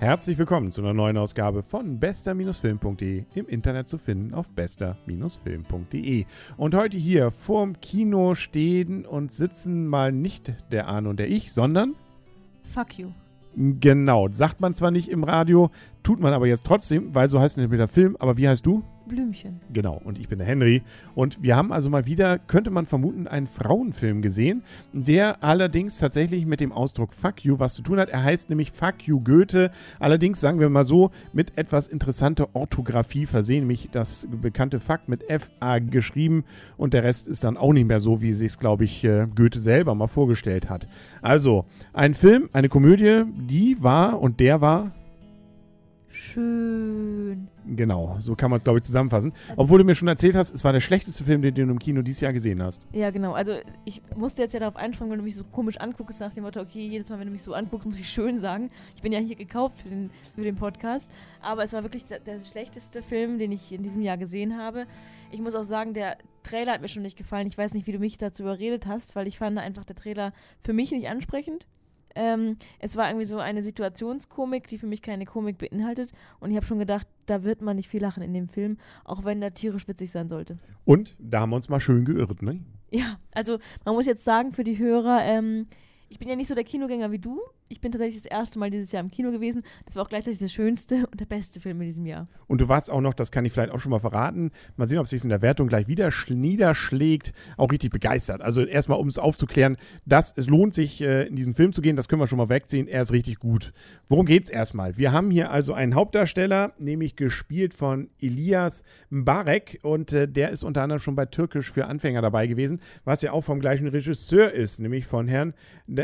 Herzlich willkommen zu einer neuen Ausgabe von bester-film.de, im Internet zu finden auf bester-film.de. Und heute hier vorm Kino stehen und sitzen mal nicht der Arne und der ich, sondern... Fuck you. Genau, sagt man zwar nicht im Radio, tut man aber jetzt trotzdem, weil so heißt nämlich der Film. Aber wie heißt du? Blümchen. Genau, und ich bin der Henry. Und wir haben also mal wieder, könnte man vermuten, einen Frauenfilm gesehen, der allerdings tatsächlich mit dem Ausdruck Fuck you was zu tun hat. Er heißt nämlich Fuck you Goethe. Allerdings, sagen wir mal so, mit etwas interessanter Orthographie versehen, nämlich das bekannte Fuck mit F-A geschrieben. Und der Rest ist dann auch nicht mehr so, wie sich es, glaube ich, Goethe selber mal vorgestellt hat. Also, ein Film, eine Komödie, die war und der war... Schön. Genau, so kann man es, glaube ich, zusammenfassen. Obwohl du mir schon erzählt hast, es war der schlechteste Film, den du im Kino dieses Jahr gesehen hast. Ja, genau. Also ich musste jetzt ja darauf einspringen, wenn du mich so komisch anguckst, nach dem Motto, okay, jedes Mal, wenn du mich so anguckst, muss ich schön sagen. Ich bin ja hier gekauft für den Podcast. Aber es war wirklich der schlechteste Film, den ich in diesem Jahr gesehen habe. Ich muss auch sagen, der Trailer hat mir schon nicht gefallen. Ich weiß nicht, wie du mich dazu überredet hast, weil ich fand einfach der Trailer für mich nicht ansprechend. Es war irgendwie so eine Situationskomik, die für mich keine Komik beinhaltet. Und ich habe schon gedacht, da wird man nicht viel lachen in dem Film, auch wenn der tierisch witzig sein sollte. Und da haben wir uns mal schön geirrt, ne? Ja, also man muss jetzt sagen für die Hörer, ich bin ja nicht so der Kinogänger wie du. Ich bin tatsächlich das erste Mal dieses Jahr im Kino gewesen. Das war auch gleichzeitig der schönste und der beste Film in diesem Jahr. Und du warst auch noch, das kann ich vielleicht auch schon mal verraten, mal sehen, ob es sich in der Wertung gleich wieder niederschlägt, auch richtig begeistert. Also erstmal, um es aufzuklären, es lohnt sich, in diesen Film zu gehen, das können wir schon mal wegziehen, er ist richtig gut. Worum geht's erstmal? Wir haben hier also einen Hauptdarsteller, nämlich gespielt von Elias Mbarek, und der ist unter anderem schon bei Türkisch für Anfänger dabei gewesen, was ja auch vom gleichen Regisseur ist, nämlich von Herrn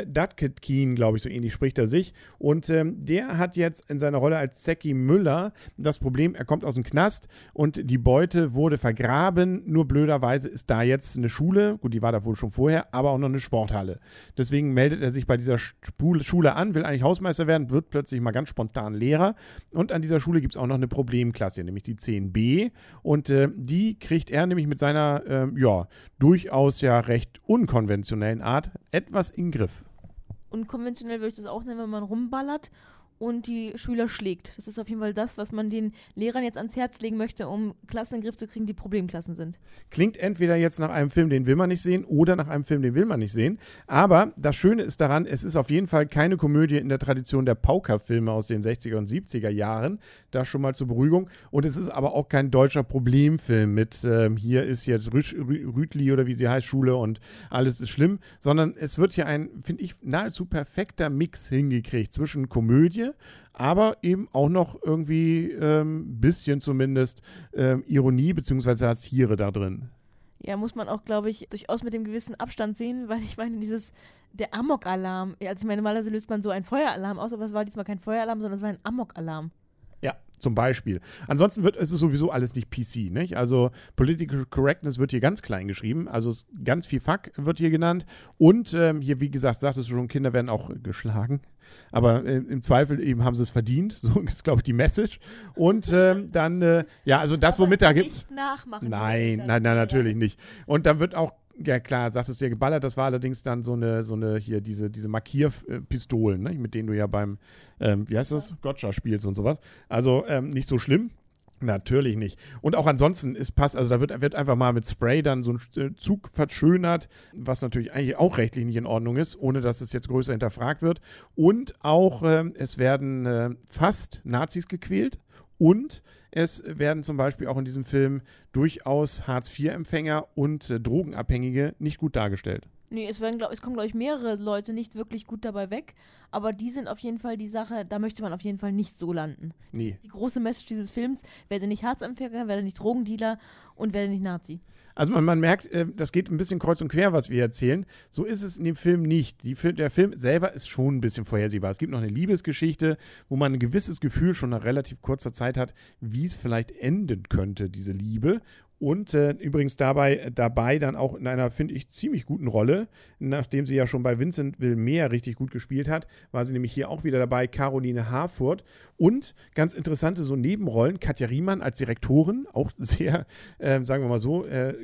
Datkin, glaube ich, so ähnlich spricht er sich. Und der hat jetzt in seiner Rolle als Zeki Müller das Problem, er kommt aus dem Knast und die Beute wurde vergraben. Nur blöderweise ist da jetzt eine Schule, gut, die war da wohl schon vorher, aber auch noch eine Sporthalle. Deswegen meldet er sich bei dieser Schule an, will eigentlich Hausmeister werden, wird plötzlich mal ganz spontan Lehrer. Und an dieser Schule gibt es auch noch eine Problemklasse, nämlich die 10b. Und die kriegt er nämlich mit seiner, durchaus ja recht unkonventionellen Art etwas in den Griff. Unkonventionell würde ich das auch nennen, wenn man rumballert und die Schüler schlägt. Das ist auf jeden Fall das, was man den Lehrern jetzt ans Herz legen möchte, um Klassen in den Griff zu kriegen, die Problemklassen sind. Klingt entweder jetzt nach einem Film, den will man nicht sehen, oder nach einem Film, den will man nicht sehen. Aber das Schöne ist daran, es ist auf jeden Fall keine Komödie in der Tradition der Pauker-Filme aus den 60er und 70er Jahren. Das schon mal zur Beruhigung. Und es ist aber auch kein deutscher Problemfilm mit hier ist jetzt Rütli oder wie sie heißt, Schule und alles ist schlimm. Sondern es wird hier ein, finde ich, nahezu perfekter Mix hingekriegt zwischen Komödie, aber eben auch noch irgendwie bisschen zumindest Ironie bzw. Satire da drin. Ja, muss man auch, glaube ich, durchaus mit dem gewissen Abstand sehen, weil ich meine, der Amok-Alarm, also ich meine, normalerweise löst man so einen Feueralarm aus, aber es war diesmal kein Feueralarm, sondern es war ein Amok-Alarm. Ja, zum Beispiel. Ansonsten ist es sowieso alles nicht PC, nicht? Also Political Correctness wird hier ganz klein geschrieben, also ganz viel Fuck wird hier genannt und hier, wie gesagt, sagtest du schon, Kinder werden auch geschlagen, aber im Zweifel eben haben sie es verdient, so ist, glaube ich, die Message. Und dann, also das, womit da gibt... Nicht nachmachen. Nein, natürlich nicht. Und dann wird auch, ja klar, sagtest du ja geballert, das war allerdings dann so eine hier, diese Markierpistolen, ne, mit denen du ja beim, wie heißt das, Gotcha spielst und sowas. Also nicht so schlimm. Natürlich nicht. Und auch ansonsten also da wird einfach mal mit Spray dann so ein Zug verschönert, was natürlich eigentlich auch rechtlich nicht in Ordnung ist, ohne dass es jetzt größer hinterfragt wird. Und auch es werden fast Nazis gequält. Und es werden zum Beispiel auch in diesem Film durchaus Hartz-IV-Empfänger und Drogenabhängige nicht gut dargestellt. Nee, es kommen, glaube ich, mehrere Leute nicht wirklich gut dabei weg, aber die sind auf jeden Fall die Sache, da möchte man auf jeden Fall nicht so landen. Nee. Das ist die große Message dieses Films, werde nicht Hartz-Empfänger, werde nicht Drogendealer und werde nicht Nazi. Also man merkt, das geht ein bisschen kreuz und quer, was wir erzählen. So ist es in dem Film nicht. Der Film selber ist schon ein bisschen vorhersehbar. Es gibt noch eine Liebesgeschichte, wo man ein gewisses Gefühl schon nach relativ kurzer Zeit hat, wie es vielleicht enden könnte, diese Liebe. Und übrigens dabei dann auch in einer, finde ich, ziemlich guten Rolle, nachdem sie ja schon bei Vincent Will Mehr richtig gut gespielt hat, war sie nämlich hier auch wieder dabei, Caroline Harfurt. Und ganz interessante so Nebenrollen, Katja Riemann als Direktorin, auch sehr, sagen wir mal so,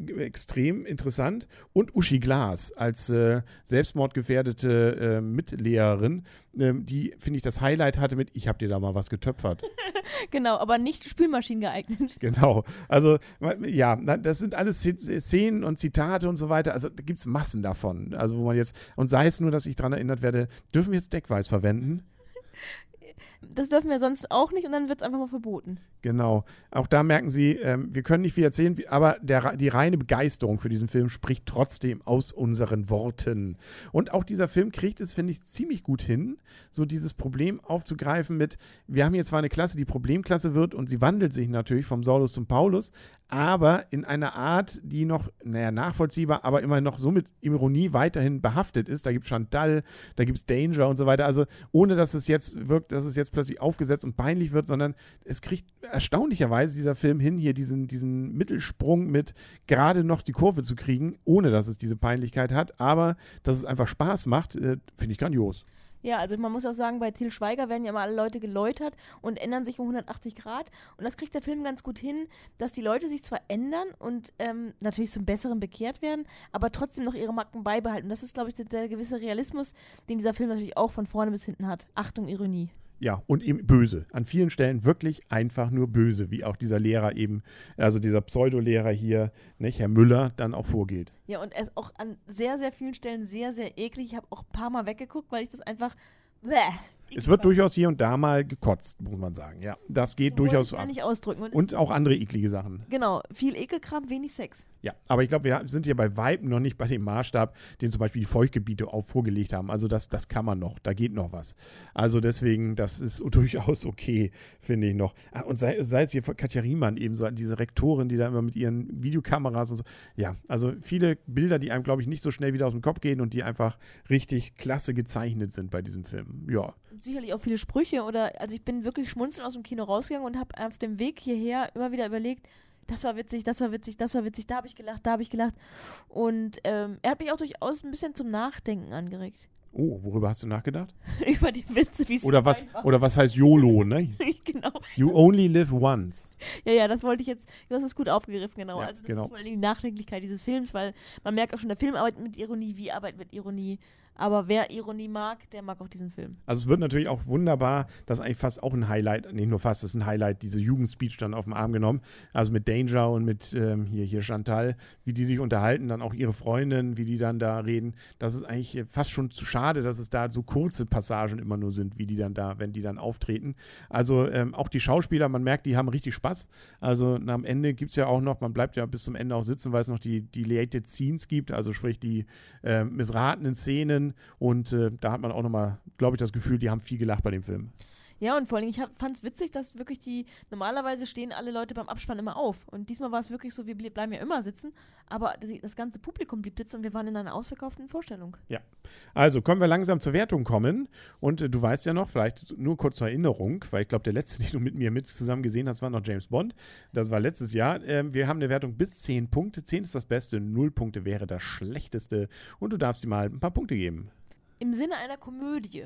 extrem interessant. Und Uschi Glas als selbstmordgefährdete Mitlehrerin, die, finde ich, das Highlight hatte mit, ich habe dir da mal was getöpfert. Genau, aber nicht Spülmaschinen geeignet. Genau. Also, ja, das sind alles Szenen und Zitate und so weiter. Also, da gibt es Massen davon. Also, wo man jetzt, und sei es nur, dass ich daran erinnert werde, dürfen wir jetzt Deckweiß verwenden? Das dürfen wir sonst auch nicht und dann wird es einfach mal verboten. Genau. Auch da merken Sie, wir können nicht viel erzählen, aber die reine Begeisterung für diesen Film spricht trotzdem aus unseren Worten. Und auch dieser Film kriegt es, finde ich, ziemlich gut hin, so dieses Problem aufzugreifen mit, wir haben hier zwar eine Klasse, die Problemklasse wird und sie wandelt sich natürlich vom Saulus zum Paulus, aber in einer Art, die noch, nachvollziehbar, aber immer noch so mit Ironie weiterhin behaftet ist. Da gibt es Chantal, da gibt es Danger und so weiter. Also ohne, dass es jetzt wirkt, dass es jetzt plötzlich aufgesetzt und peinlich wird, sondern es kriegt erstaunlicherweise dieser Film hin, hier diesen Mittelsprung mit gerade noch die Kurve zu kriegen, ohne dass es diese Peinlichkeit hat. Aber dass es einfach Spaß macht, finde ich grandios. Ja, also man muss auch sagen, bei Til Schweiger werden ja immer alle Leute geläutert und ändern sich um 180 Grad. Und das kriegt der Film ganz gut hin, dass die Leute sich zwar ändern und natürlich zum Besseren bekehrt werden, aber trotzdem noch ihre Macken beibehalten. Das ist, glaube ich, der gewisse Realismus, den dieser Film natürlich auch von vorne bis hinten hat. Achtung, Ironie. Ja, und eben böse. An vielen Stellen wirklich einfach nur böse, wie auch dieser Lehrer eben, also dieser Pseudolehrer hier, nicht, Herr Müller, dann auch vorgeht. Ja, und er ist auch an sehr, sehr vielen Stellen sehr, sehr eklig. Ich habe auch ein paar Mal weggeguckt, weil ich das einfach... Es wird durchaus hier und da mal gekotzt, muss man sagen. Ja, das geht so durchaus ab. Nicht ausdrücken. Und auch andere eklige Sachen. Genau, viel Ekelkram, wenig Sex. Ja, aber ich glaube, wir sind hier bei Weitem noch nicht bei dem Maßstab, den zum Beispiel die Feuchtgebiete auch vorgelegt haben. Also das kann man noch, da geht noch was. Also deswegen, das ist durchaus okay, finde ich noch. Und sei es hier von Katja Riemann eben so, diese Rektorin, die da immer mit ihren Videokameras und so. Ja, also viele Bilder, die einem, glaube ich, nicht so schnell wieder aus dem Kopf gehen und die einfach richtig klasse gezeichnet sind bei diesem Film. Ja. Sicherlich auch viele Sprüche also ich bin wirklich schmunzelnd aus dem Kino rausgegangen und habe auf dem Weg hierher immer wieder überlegt, das war witzig, das war witzig, das war witzig, da habe ich gelacht. Und er hat mich auch durchaus ein bisschen zum Nachdenken angeregt. Oh, worüber hast du nachgedacht? Über die Witze, wie es oder was heißt YOLO, ne? Genau. You only live once. Ja, das wollte ich jetzt, du hast es gut aufgegriffen, genau. Ja, also das genau. ist vor allem die Nachdenklichkeit dieses Films, weil man merkt auch schon, der Film arbeitet mit Ironie, wie arbeitet mit Ironie. Aber wer Ironie mag, der mag auch diesen Film. Also es wird natürlich auch wunderbar, das ist eigentlich fast auch ein Highlight, nicht nur fast, das ist ein Highlight, diese Jugendspeech dann auf den Arm genommen, also mit Danger und mit hier Chantal, wie die sich unterhalten, dann auch ihre Freundin, wie die dann da reden. Das ist eigentlich fast schon zu schade, dass es da so kurze Passagen immer nur sind, wie die dann da, wenn die dann auftreten. Also auch die Schauspieler, man merkt, die haben richtig Spaß. Also am Ende gibt es ja auch noch, man bleibt ja bis zum Ende auch sitzen, weil es noch die Deleted Scenes gibt, also sprich die missratenen Szenen. Und da hat man auch nochmal, glaube ich, das Gefühl, die haben viel gelacht bei dem Film. Ja, und vor allem, ich fand es witzig, dass wirklich normalerweise stehen alle Leute beim Abspann immer auf. Und diesmal war es wirklich so, wir bleiben ja immer sitzen, aber das ganze Publikum blieb sitzen und wir waren in einer ausverkauften Vorstellung. Ja, also können wir langsam zur Wertung kommen. Und du weißt ja noch, vielleicht nur kurz zur Erinnerung, weil ich glaube, der letzte, den du mit mir zusammen gesehen hast, war noch James Bond. Das war letztes Jahr. Wir haben eine Wertung bis 10 Punkte. 10 ist das Beste, 0 Punkte wäre das Schlechteste. Und du darfst dir mal ein paar Punkte geben. Im Sinne einer Komödie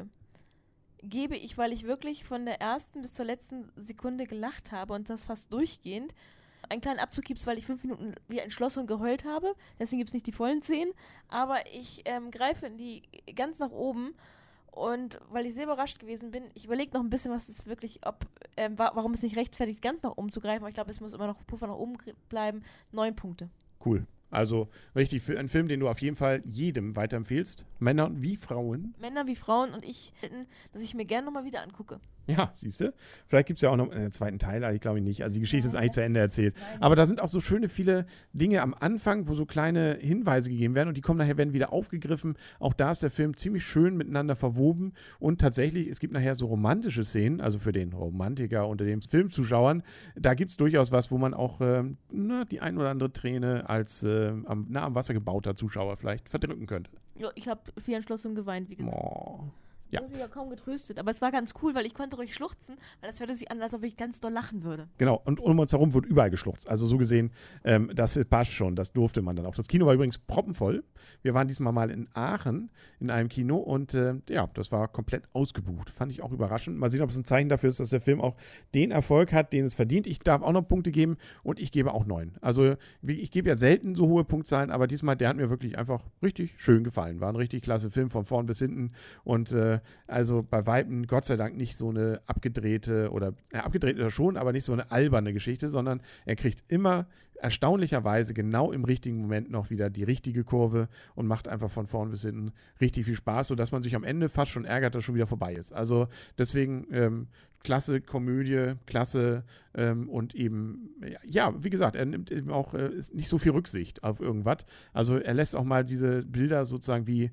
gebe ich, weil ich wirklich von der ersten bis zur letzten Sekunde gelacht habe und das fast durchgehend, einen kleinen Abzug gibt es, weil ich 5 Minuten wie ein Schloss und geheult habe. Deswegen gibt es nicht die vollen 10. Aber ich greife in die ganz nach oben. Und weil ich sehr überrascht gewesen bin, ich überlege noch ein bisschen, was es wirklich, warum es nicht rechtfertigt, ganz nach oben zu greifen. Aber ich glaube, es muss immer noch Puffer nach oben bleiben. 9 Punkte. Cool. Also richtig, für einen Film, den du auf jeden Fall jedem weiterempfehlst. Männer wie Frauen. Männer wie Frauen und dass ich mir gerne nochmal wieder angucke. Ja, siehst du? Vielleicht gibt es ja auch noch einen zweiten Teil, aber ich glaube nicht. Also die Geschichte ist eigentlich zu Ende erzählt. Aber da sind auch so viele Dinge am Anfang, wo so kleine Hinweise gegeben werden und die werden wieder aufgegriffen. Auch da ist der Film ziemlich schön miteinander verwoben und tatsächlich, es gibt nachher so romantische Szenen, also für den Romantiker unter den Filmzuschauern, da gibt es durchaus was, wo man auch die ein oder andere Träne als am Wasser gebauter Zuschauer vielleicht verdrücken könnte. Ja, ich habe viel entschlossen geweint, wie gesagt. Oh. Ja. Ich habe mich ja kaum getröstet, aber es war ganz cool, weil ich konnte ruhig schluchzen, weil das hörte sich an, als ob ich ganz doll lachen würde. Genau, und um uns herum wurde überall geschluchzt. Also so gesehen, das passt schon, das durfte man dann auch. Das Kino war übrigens proppenvoll. Wir waren diesmal mal in Aachen in einem Kino und das war komplett ausgebucht. Fand ich auch überraschend. Mal sehen, ob es ein Zeichen dafür ist, dass der Film auch den Erfolg hat, den es verdient. Ich darf auch noch Punkte geben und ich gebe auch 9. Also ich gebe ja selten so hohe Punktzahlen, aber diesmal, der hat mir wirklich einfach richtig schön gefallen. War ein richtig klasse Film von vorn bis hinten und also bei Weitem Gott sei Dank nicht so eine abgedrehte schon, aber nicht so eine alberne Geschichte, sondern er kriegt immer erstaunlicherweise genau im richtigen Moment noch wieder die richtige Kurve und macht einfach von vorn bis hinten richtig viel Spaß, sodass man sich am Ende fast schon ärgert, dass schon wieder vorbei ist. Also deswegen klasse Komödie, klasse und eben, ja, wie gesagt, er nimmt eben auch ist nicht so viel Rücksicht auf irgendwas. Also er lässt auch mal diese Bilder sozusagen wie,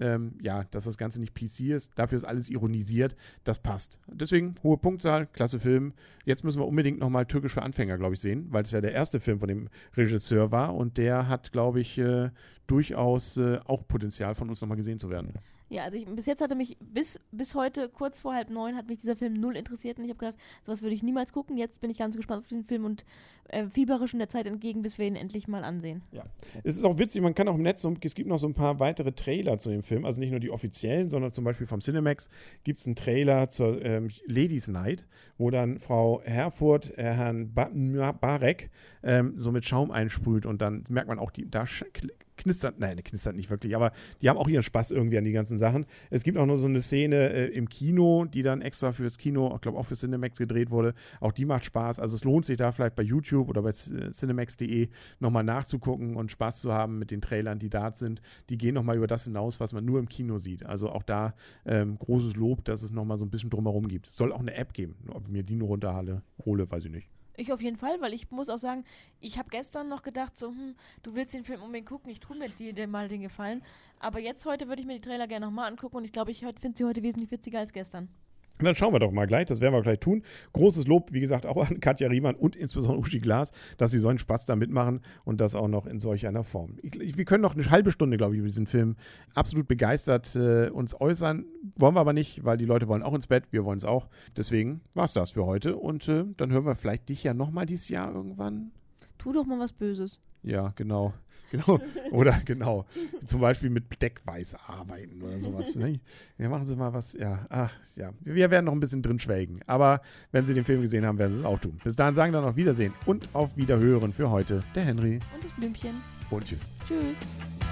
dass das Ganze nicht PC ist, dafür ist alles ironisiert, das passt. Deswegen hohe Punktzahl, klasse Film. Jetzt müssen wir unbedingt nochmal Türkisch für Anfänger, glaube ich, sehen, weil es ja der erste Film von dem Regisseur war und der hat, glaube ich, durchaus auch Potenzial von uns nochmal gesehen zu werden. Ja, also bis jetzt hatte mich, bis heute, kurz vor 8:30, hat mich dieser Film null interessiert und ich habe gedacht, sowas würde ich niemals gucken. Jetzt bin ich ganz gespannt auf diesen Film und fiebere schon der Zeit entgegen, bis wir ihn endlich mal ansehen. Ja. Es ist auch witzig, man kann auch im Netz, es gibt noch so ein paar weitere Trailer zu dem Film, also nicht nur die offiziellen, sondern zum Beispiel vom Cinemax gibt es einen Trailer zur Ladies Night, wo dann Frau Herfurth Herrn Barek so mit Schaum einsprüht und dann merkt man auch, knistert nicht wirklich, aber die haben auch ihren Spaß irgendwie an die ganzen Sachen. Es gibt auch noch so eine Szene im Kino, die dann extra fürs Kino, ich glaube auch für Cinemax gedreht wurde. Auch die macht Spaß. Also es lohnt sich da vielleicht bei YouTube oder bei cinemax.de nochmal nachzugucken und Spaß zu haben mit den Trailern, die da sind. Die gehen nochmal über das hinaus, was man nur im Kino sieht. Also auch da großes Lob, dass es nochmal so ein bisschen drumherum gibt. Es soll auch eine App geben. Ob ich mir die nur runterhole, weiß ich nicht. Ich auf jeden Fall, weil ich muss auch sagen, ich habe gestern noch gedacht, so, du willst den Film unbedingt gucken, ich tue mir dir mal den Gefallen. Aber heute würde ich mir die Trailer gerne nochmal angucken und ich glaube, ich finde sie heute wesentlich witziger als gestern. Und dann schauen wir doch mal gleich, das werden wir gleich tun. Großes Lob, wie gesagt, auch an Katja Riemann und insbesondere Uschi Glas, dass sie so einen Spaß da mitmachen und das auch noch in solch einer Form. Wir können noch eine halbe Stunde, glaube ich, über diesen Film absolut begeistert uns äußern. Wollen wir aber nicht, weil die Leute wollen auch ins Bett, wir wollen es auch. Deswegen war es das für heute und dann hören wir vielleicht dich ja nochmal dieses Jahr irgendwann. Tu doch mal was Böses. Ja, genau. Oder genau. Zum Beispiel mit Deckweiß arbeiten oder sowas. Ne? Ja, machen Sie mal was. Ja, wir werden noch ein bisschen drin schwelgen. Aber wenn Sie den Film gesehen haben, werden Sie es auch tun. Bis dahin sagen dann auf Wiedersehen und auf Wiederhören für heute der Henry. Und das Blümchen. Und tschüss. Tschüss.